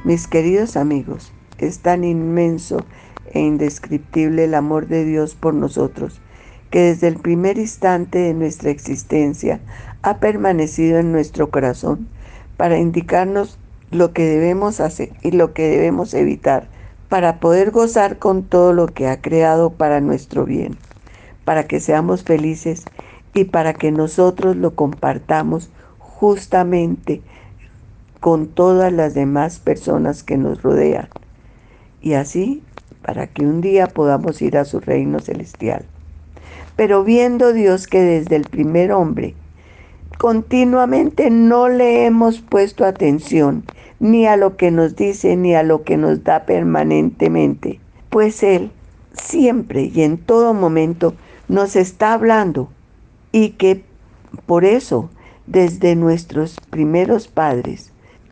Mis queridos amigos, es tan inmenso e indescriptible el amor de Dios por nosotros, que desde el primer instante de nuestra existencia ha permanecido en nuestro corazón para indicarnos lo que debemos hacer y lo que debemos evitar, para poder gozar con todo lo que ha creado para nuestro bien, para que seamos felices y para que nosotros lo compartamos justamente con todas las demás personas que nos rodean, y así para que un día podamos ir a su reino celestial. Pero viendo Dios que desde el primer hombre continuamente no le hemos puesto atención ni a lo que nos dice ni a lo que nos da permanentemente, pues Él siempre y en todo momento nos está hablando, y que por eso desde nuestros primeros padres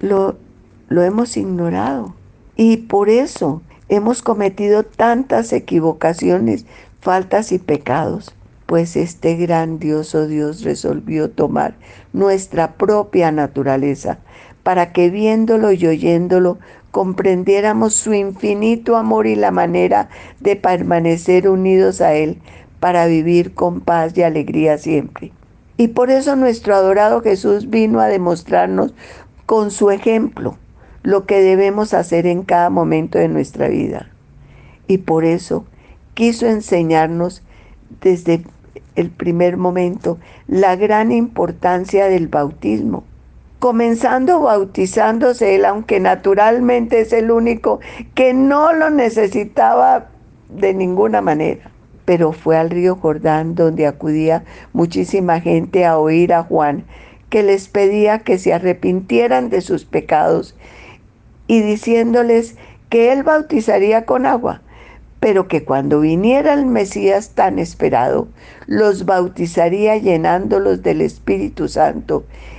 lo hemos ignorado, y por eso hemos cometido tantas equivocaciones, faltas y pecados, pues este grandioso Dios resolvió tomar nuestra propia naturaleza para que viéndolo y oyéndolo comprendiéramos su infinito amor y la manera de permanecer unidos a Él para vivir con paz y alegría siempre. Y por eso nuestro adorado Jesús vino a demostrarnos con su ejemplo lo que debemos hacer en cada momento de nuestra vida. Y por eso quiso enseñarnos desde el primer momento la gran importancia del bautismo, comenzando bautizándose Él, aunque naturalmente es el único que no lo necesitaba de ninguna manera. Pero fue al río Jordán donde acudía muchísima gente a oír a Juan, que les pedía que se arrepintieran de sus pecados y diciéndoles que Él bautizaría con agua, pero que cuando viniera el Mesías tan esperado, los bautizaría llenándolos del Espíritu Santo.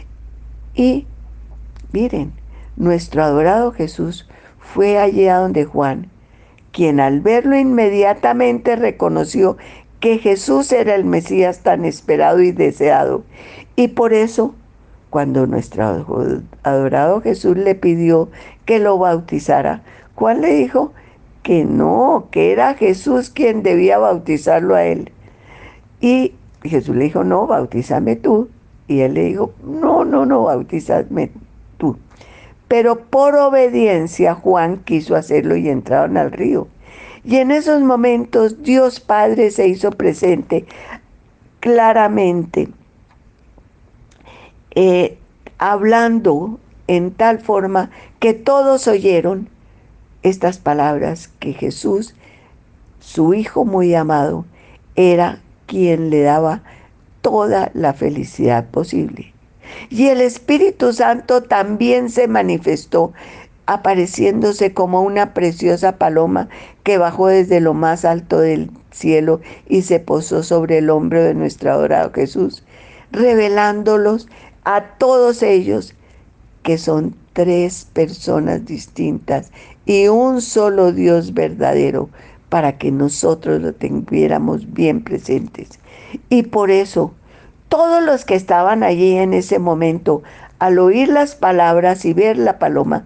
Y miren, nuestro adorado Jesús fue allí a donde Juan, quien al verlo inmediatamente reconoció que Jesús era el Mesías tan esperado y deseado. Y por eso, cuando nuestro adorado Jesús le pidió que lo bautizara, Juan le dijo que no, que era Jesús quien debía bautizarlo a él. Y Jesús le dijo, no, bautízame tú. Y él le dijo, no, bautízame tú. Pero por obediencia Juan quiso hacerlo y entraron al río. Y en esos momentos Dios Padre se hizo presente claramente, hablando en tal forma que todos oyeron estas palabras, que Jesús, su Hijo muy amado, era quien le daba toda la felicidad posible. Y el Espíritu Santo también se manifestó, apareciéndose como una preciosa paloma que bajó desde lo más alto del cielo y se posó sobre el hombro de nuestro adorado Jesús, revelándolos a todos ellos que son tres personas distintas y un solo Dios verdadero, para que nosotros lo tuviéramos bien presentes. Y por eso, todos los que estaban allí en ese momento, al oír las palabras y ver la paloma,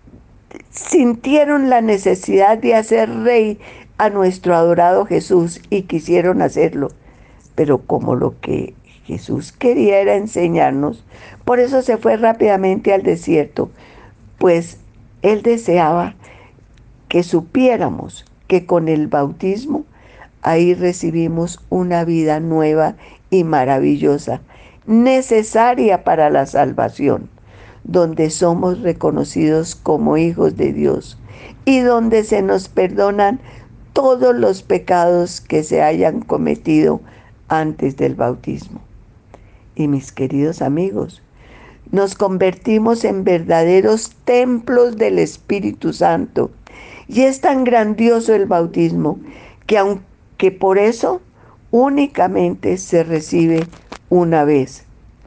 sintieron la necesidad de hacer rey a nuestro adorado Jesús y quisieron hacerlo. Pero como lo que Jesús quería era enseñarnos, por eso se fue rápidamente al desierto, pues Él deseaba que supiéramos que con el bautismo ahí recibimos una vida nueva y maravillosa, necesaria para la salvación, donde somos reconocidos como hijos de Dios y donde se nos perdonan todos los pecados que se hayan cometido antes del bautismo. Y mis queridos amigos, nos convertimos en verdaderos templos del Espíritu Santo. Y es tan grandioso el bautismo que aunque por eso únicamente se recibe una vez.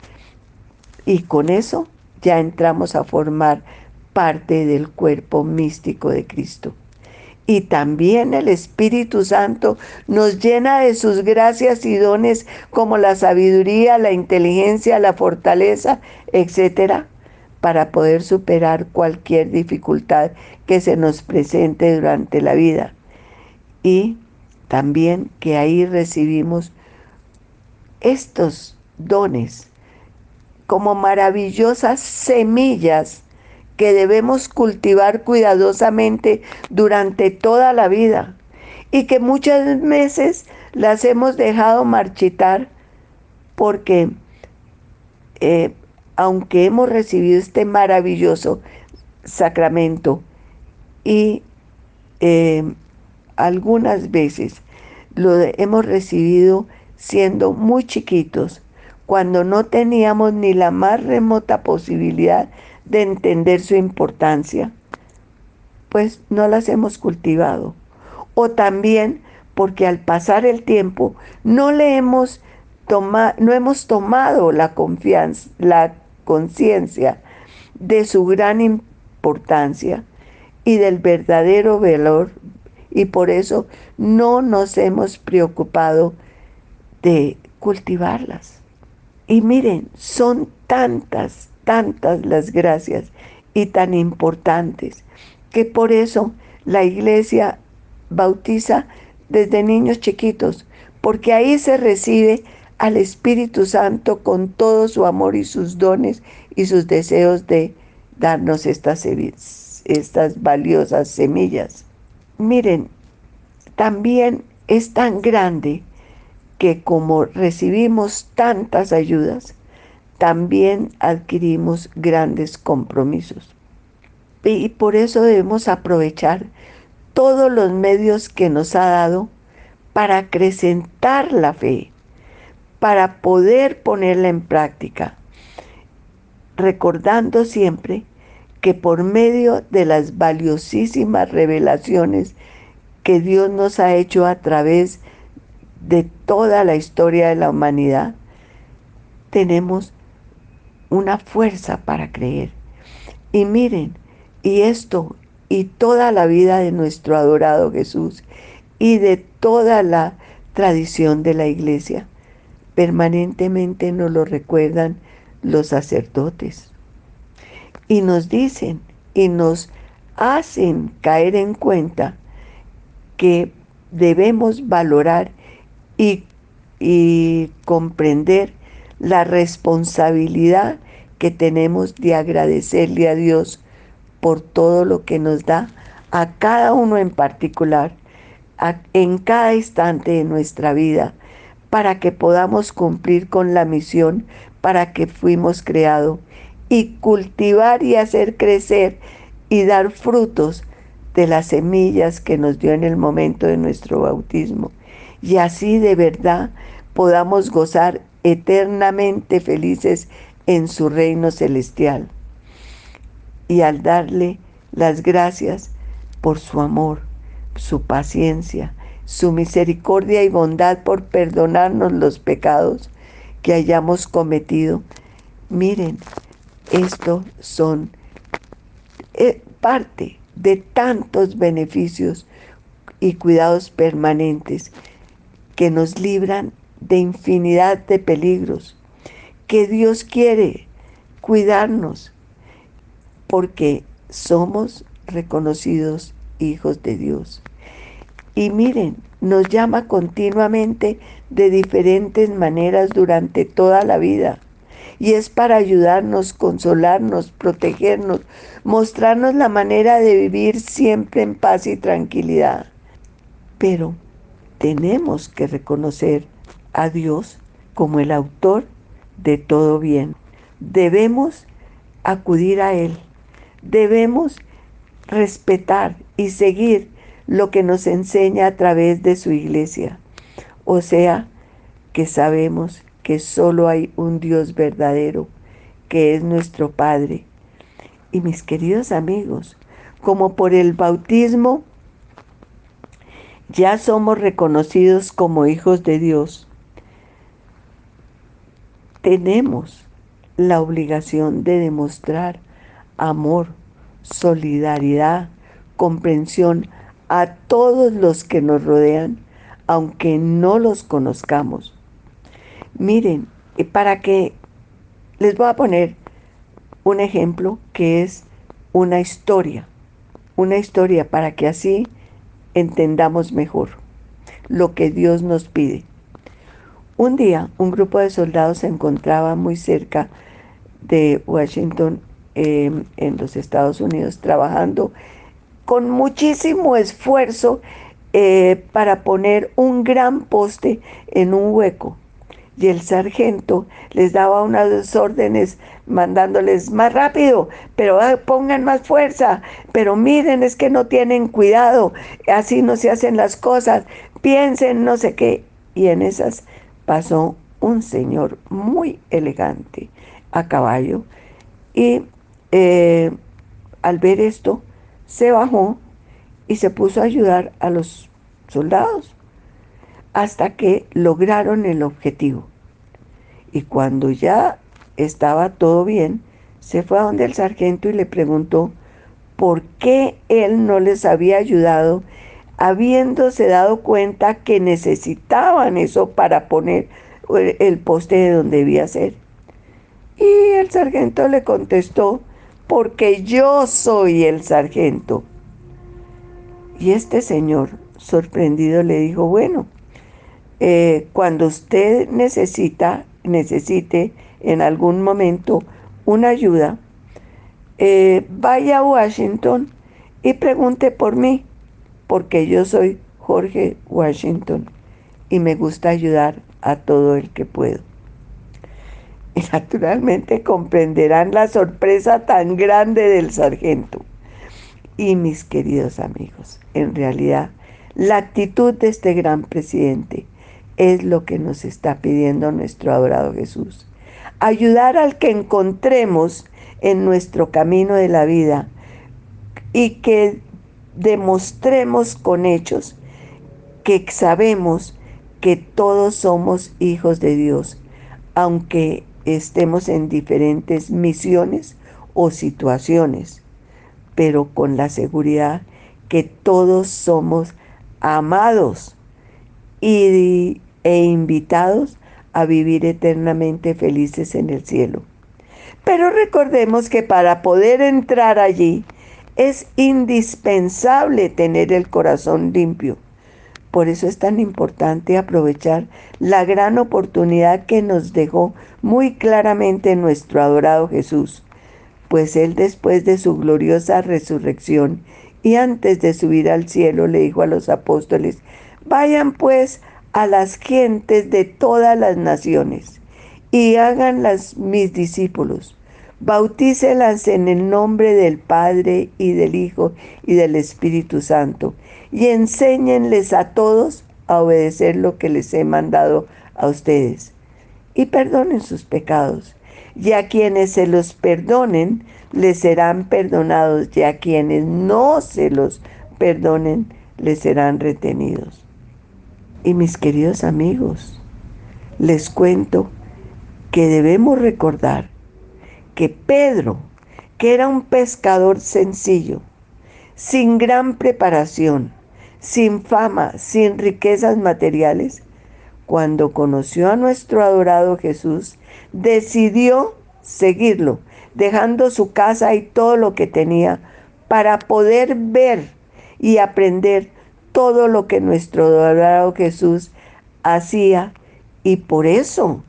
Y con eso ya entramos a formar parte del cuerpo místico de Cristo. Y también el Espíritu Santo nos llena de sus gracias y dones como la sabiduría, la inteligencia, la fortaleza, etcétera, para poder superar cualquier dificultad que se nos presente durante la vida. Y también que ahí recibimos estos dones como maravillosas semillas que debemos cultivar cuidadosamente durante toda la vida y que muchas veces las hemos dejado marchitar porque aunque hemos recibido este maravilloso sacramento y algunas veces lo hemos recibido siendo muy chiquitos, cuando no teníamos ni la más remota posibilidad de entender su importancia, pues no las hemos cultivado. O también porque al pasar el tiempo no hemos tomado la confianza, la conciencia de su gran importancia y del verdadero valor, y por eso no nos hemos preocupado de cultivarlas. Y miren, son tantas, tantas las gracias y tan importantes que por eso la iglesia bautiza desde niños chiquitos, porque ahí se recibe al Espíritu Santo con todo su amor y sus dones y sus deseos de darnos estas valiosas semillas. Miren, también es tan grande que como recibimos tantas ayudas, también adquirimos grandes compromisos. Y por eso debemos aprovechar todos los medios que nos ha dado para acrecentar la fe, para poder ponerla en práctica, recordando siempre que por medio de las valiosísimas revelaciones que Dios nos ha hecho a través de toda la historia de la humanidad, tenemos una fuerza para creer. Y miren, y esto y toda la vida de nuestro adorado Jesús y de toda la tradición de la iglesia, permanentemente nos lo recuerdan los sacerdotes. Y nos dicen y nos hacen caer en cuenta que debemos valorar y, y comprender la responsabilidad que tenemos de agradecerle a Dios por todo lo que nos da a cada uno en particular, en cada instante de nuestra vida, para que podamos cumplir con la misión para que fuimos creados y cultivar y hacer crecer y dar frutos de las semillas que nos dio en el momento de nuestro bautismo. Y así de verdad podamos gozar eternamente felices en su reino celestial. Y al darle las gracias por su amor, su paciencia, su misericordia y bondad por perdonarnos los pecados que hayamos cometido. Miren, estos son parte de tantos beneficios y cuidados permanentes que nos libran de infinidad de peligros, que Dios quiere cuidarnos porque somos reconocidos hijos de Dios. Y miren, nos llama continuamente de diferentes maneras durante toda la vida. Y es para ayudarnos, consolarnos, protegernos, mostrarnos la manera de vivir siempre en paz y tranquilidad. Pero tenemos que reconocer a Dios como el autor de todo bien. Debemos acudir a Él. Debemos respetar y seguir lo que nos enseña a través de su iglesia. O sea, que sabemos que solo hay un Dios verdadero, que es nuestro Padre. Y mis queridos amigos, como por el bautismo ya somos reconocidos como hijos de Dios, tenemos la obligación de demostrar amor, solidaridad, comprensión a todos los que nos rodean, aunque no los conozcamos. Miren, para que les voy a poner un ejemplo que es una historia para que así entendamos mejor lo que Dios nos pide. Un día, un grupo de soldados se encontraba muy cerca de Washington, en los Estados Unidos, trabajando con muchísimo esfuerzo para poner un gran poste en un hueco. Y el sargento les daba unas órdenes mandándoles más rápido, pero pongan más fuerza, pero miren, es que no tienen cuidado, así no se hacen las cosas, piensen no sé qué. Y en esas pasó un señor muy elegante a caballo y eh, al ver esto se bajó y se puso a ayudar a los soldados hasta que lograron el objetivo. Y cuando ya estaba todo bien, se fue a donde el sargento y le preguntó por qué él no les había ayudado, habiéndose dado cuenta que necesitaban eso para poner el poste de donde debía ser. Y el sargento le contestó, porque yo soy el sargento. Y este señor, sorprendido, le dijo, bueno, cuando usted necesite en algún momento una ayuda, vaya a Washington y pregunte por mí, porque yo soy Jorge Washington y me gusta ayudar a todo el que puedo. Y naturalmente comprenderán la sorpresa tan grande del sargento. Y mis queridos amigos, en realidad, la actitud de este gran presidente es lo que nos está pidiendo nuestro adorado Jesús. Ayudar al que encontremos en nuestro camino de la vida y que demostremos con hechos que sabemos que todos somos hijos de Dios, aunque estemos en diferentes misiones o situaciones, pero con la seguridad que todos somos amados e invitados a vivir eternamente felices en el cielo. Pero recordemos que para poder entrar allí es indispensable tener el corazón limpio. Por eso es tan importante aprovechar la gran oportunidad que nos dejó muy claramente nuestro adorado Jesús, pues Él, después de su gloriosa resurrección y antes de subir al cielo, le dijo a los apóstoles, vayan pues a las gentes de todas las naciones y háganlas mis discípulos. Bautícelas en el nombre del Padre y del Hijo y del Espíritu Santo y enséñenles a todos a obedecer lo que les he mandado a ustedes. Y perdonen sus pecados. Y a quienes se los perdonen, les serán perdonados. Y a quienes no se los perdonen, les serán retenidos. Y mis queridos amigos, les cuento que debemos recordar que Pedro, que era un pescador sencillo, sin gran preparación, sin fama, sin riquezas materiales, cuando conoció a nuestro adorado Jesús, decidió seguirlo, dejando su casa y todo lo que tenía para poder ver y aprender todo lo que nuestro adorado Jesús hacía. Y por eso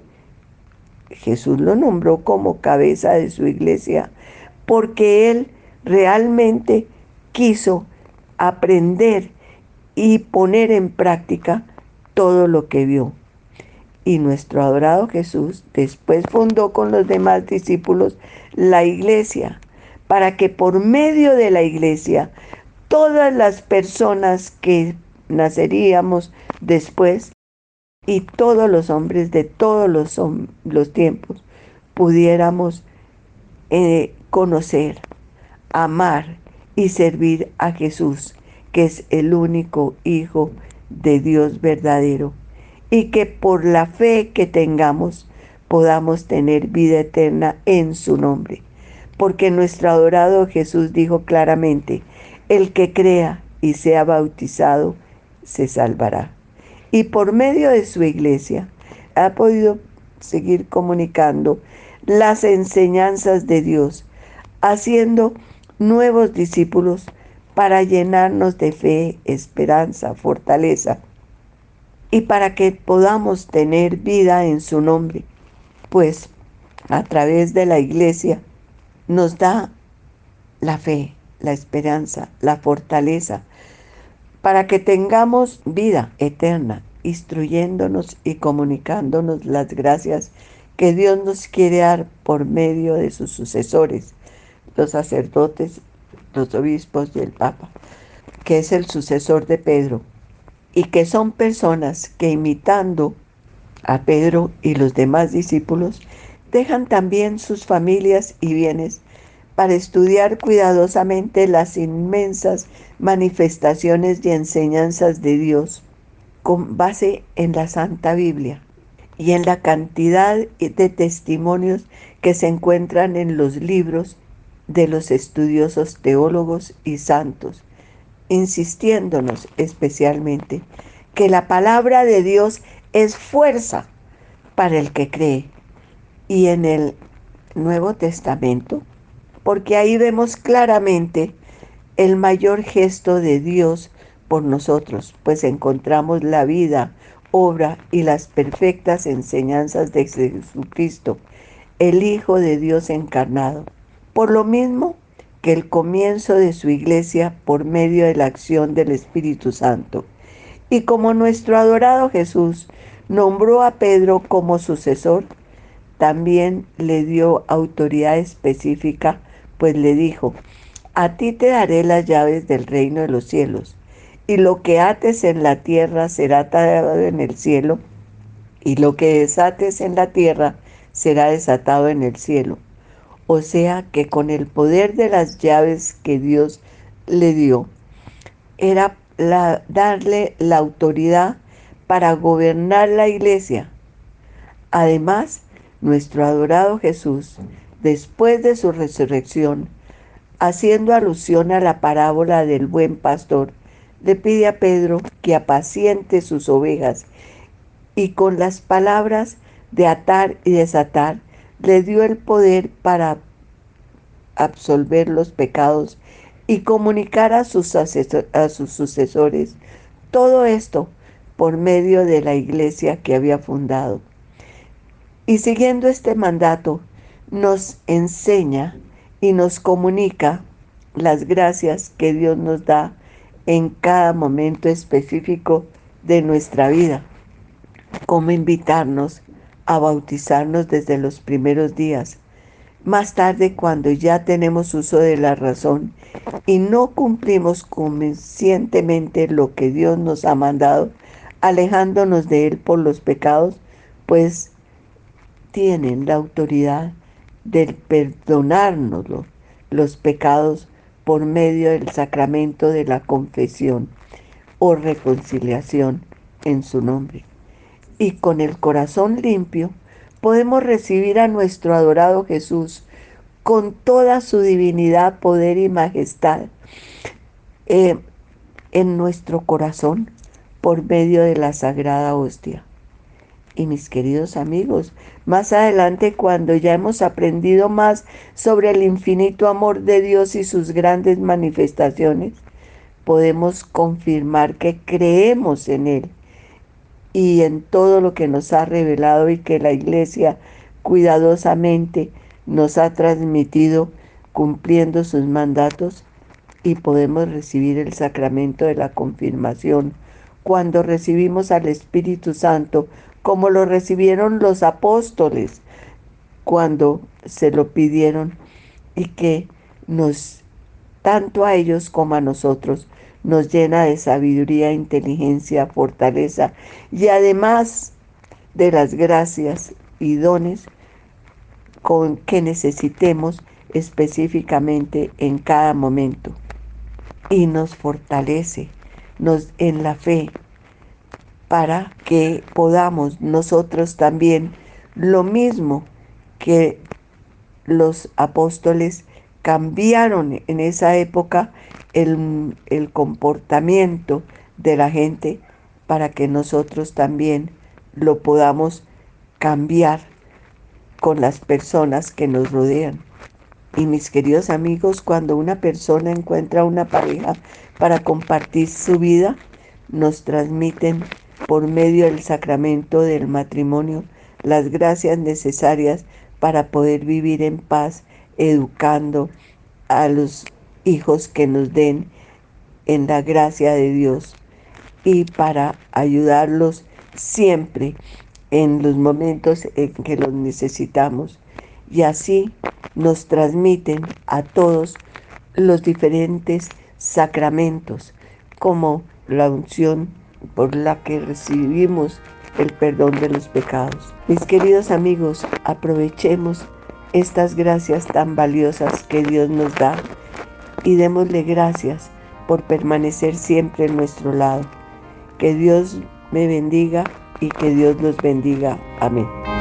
Jesús lo nombró como cabeza de su iglesia, porque él realmente quiso aprender y poner en práctica todo lo que vio. Y nuestro adorado Jesús después fundó con los demás discípulos la iglesia, para que por medio de la iglesia todas las personas que naceríamos después y todos los hombres de todos los tiempos pudiéramos conocer, amar y servir a Jesús, que es el único Hijo de Dios verdadero, y que por la fe que tengamos podamos tener vida eterna en su nombre. Porque nuestro adorado Jesús dijo claramente, el que crea y sea bautizado se salvará. Y por medio de su iglesia ha podido seguir comunicando las enseñanzas de Dios, haciendo nuevos discípulos para llenarnos de fe, esperanza, fortaleza y para que podamos tener vida en su nombre, pues a través de la iglesia nos da la fe, la esperanza, la fortaleza, para que tengamos vida eterna, instruyéndonos y comunicándonos las gracias que Dios nos quiere dar por medio de sus sucesores, los sacerdotes, los obispos y el Papa, que es el sucesor de Pedro, y que son personas que imitando a Pedro y los demás discípulos, dejan también sus familias y bienes para estudiar cuidadosamente las inmensas manifestaciones y enseñanzas de Dios con base en la Santa Biblia y en la cantidad de testimonios que se encuentran en los libros de los estudiosos teólogos y santos, insistiéndonos especialmente que la palabra de Dios es fuerza para el que cree. Y en el Nuevo Testamento, porque ahí vemos claramente el mayor gesto de Dios por nosotros, pues encontramos la vida, obra y las perfectas enseñanzas de Jesucristo, el Hijo de Dios encarnado. Por lo mismo que el comienzo de su iglesia por medio de la acción del Espíritu Santo. Y como nuestro adorado Jesús nombró a Pedro como sucesor, también le dio autoridad específica, pues le dijo: a ti te daré las llaves del reino de los cielos, y lo que ates en la tierra será atado en el cielo, y lo que desates en la tierra será desatado en el cielo. O sea que con el poder de las llaves que Dios le dio, era darle la autoridad para gobernar la iglesia. Además, nuestro adorado Jesús, después de su resurrección, haciendo alusión a la parábola del buen pastor, le pide a Pedro que apaciente sus ovejas y con las palabras de atar y desatar le dio el poder para absolver los pecados y comunicar a sus sucesores todo esto por medio de la iglesia que había fundado. Y siguiendo este mandato, nos enseña y nos comunica las gracias que Dios nos da en cada momento específico de nuestra vida, como invitarnos a bautizarnos desde los primeros días. Más tarde, cuando ya tenemos uso de la razón y no cumplimos conscientemente lo que Dios nos ha mandado, alejándonos de Él por los pecados, pues tienen la autoridad de perdonarnos los pecados por medio del sacramento de la confesión o reconciliación en su nombre. Y con el corazón limpio podemos recibir a nuestro adorado Jesús con toda su divinidad, poder y majestad eh, en nuestro corazón por medio de la sagrada hostia. Y mis queridos amigos, más adelante, cuando ya hemos aprendido más sobre el infinito amor de Dios y sus grandes manifestaciones, podemos confirmar que creemos en Él y en todo lo que nos ha revelado y que la Iglesia cuidadosamente nos ha transmitido cumpliendo sus mandatos, y podemos recibir el sacramento de la confirmación cuando recibimos al Espíritu Santo, como lo recibieron los apóstoles cuando se lo pidieron, y que nos, tanto a ellos como a nosotros, nos llena de sabiduría, inteligencia, fortaleza y además de las gracias y dones con que necesitemos específicamente en cada momento, y nos fortalece en la fe para que podamos nosotros también, lo mismo que los apóstoles cambiaron en esa época el comportamiento de la gente, para que nosotros también lo podamos cambiar con las personas que nos rodean. Y mis queridos amigos, cuando una persona encuentra una pareja para compartir su vida, nos transmiten por medio del sacramento del matrimonio las gracias necesarias para poder vivir en paz, educando a los hijos que nos den en la gracia de Dios y para ayudarlos siempre en los momentos en que los necesitamos. Y así nos transmiten a todos los diferentes sacramentos, como la unción por la que recibimos el perdón de los pecados. Mis queridos amigos, aprovechemos estas gracias tan valiosas que Dios nos da y démosle gracias por permanecer siempre en nuestro lado. Que Dios me bendiga y que Dios los bendiga. Amén.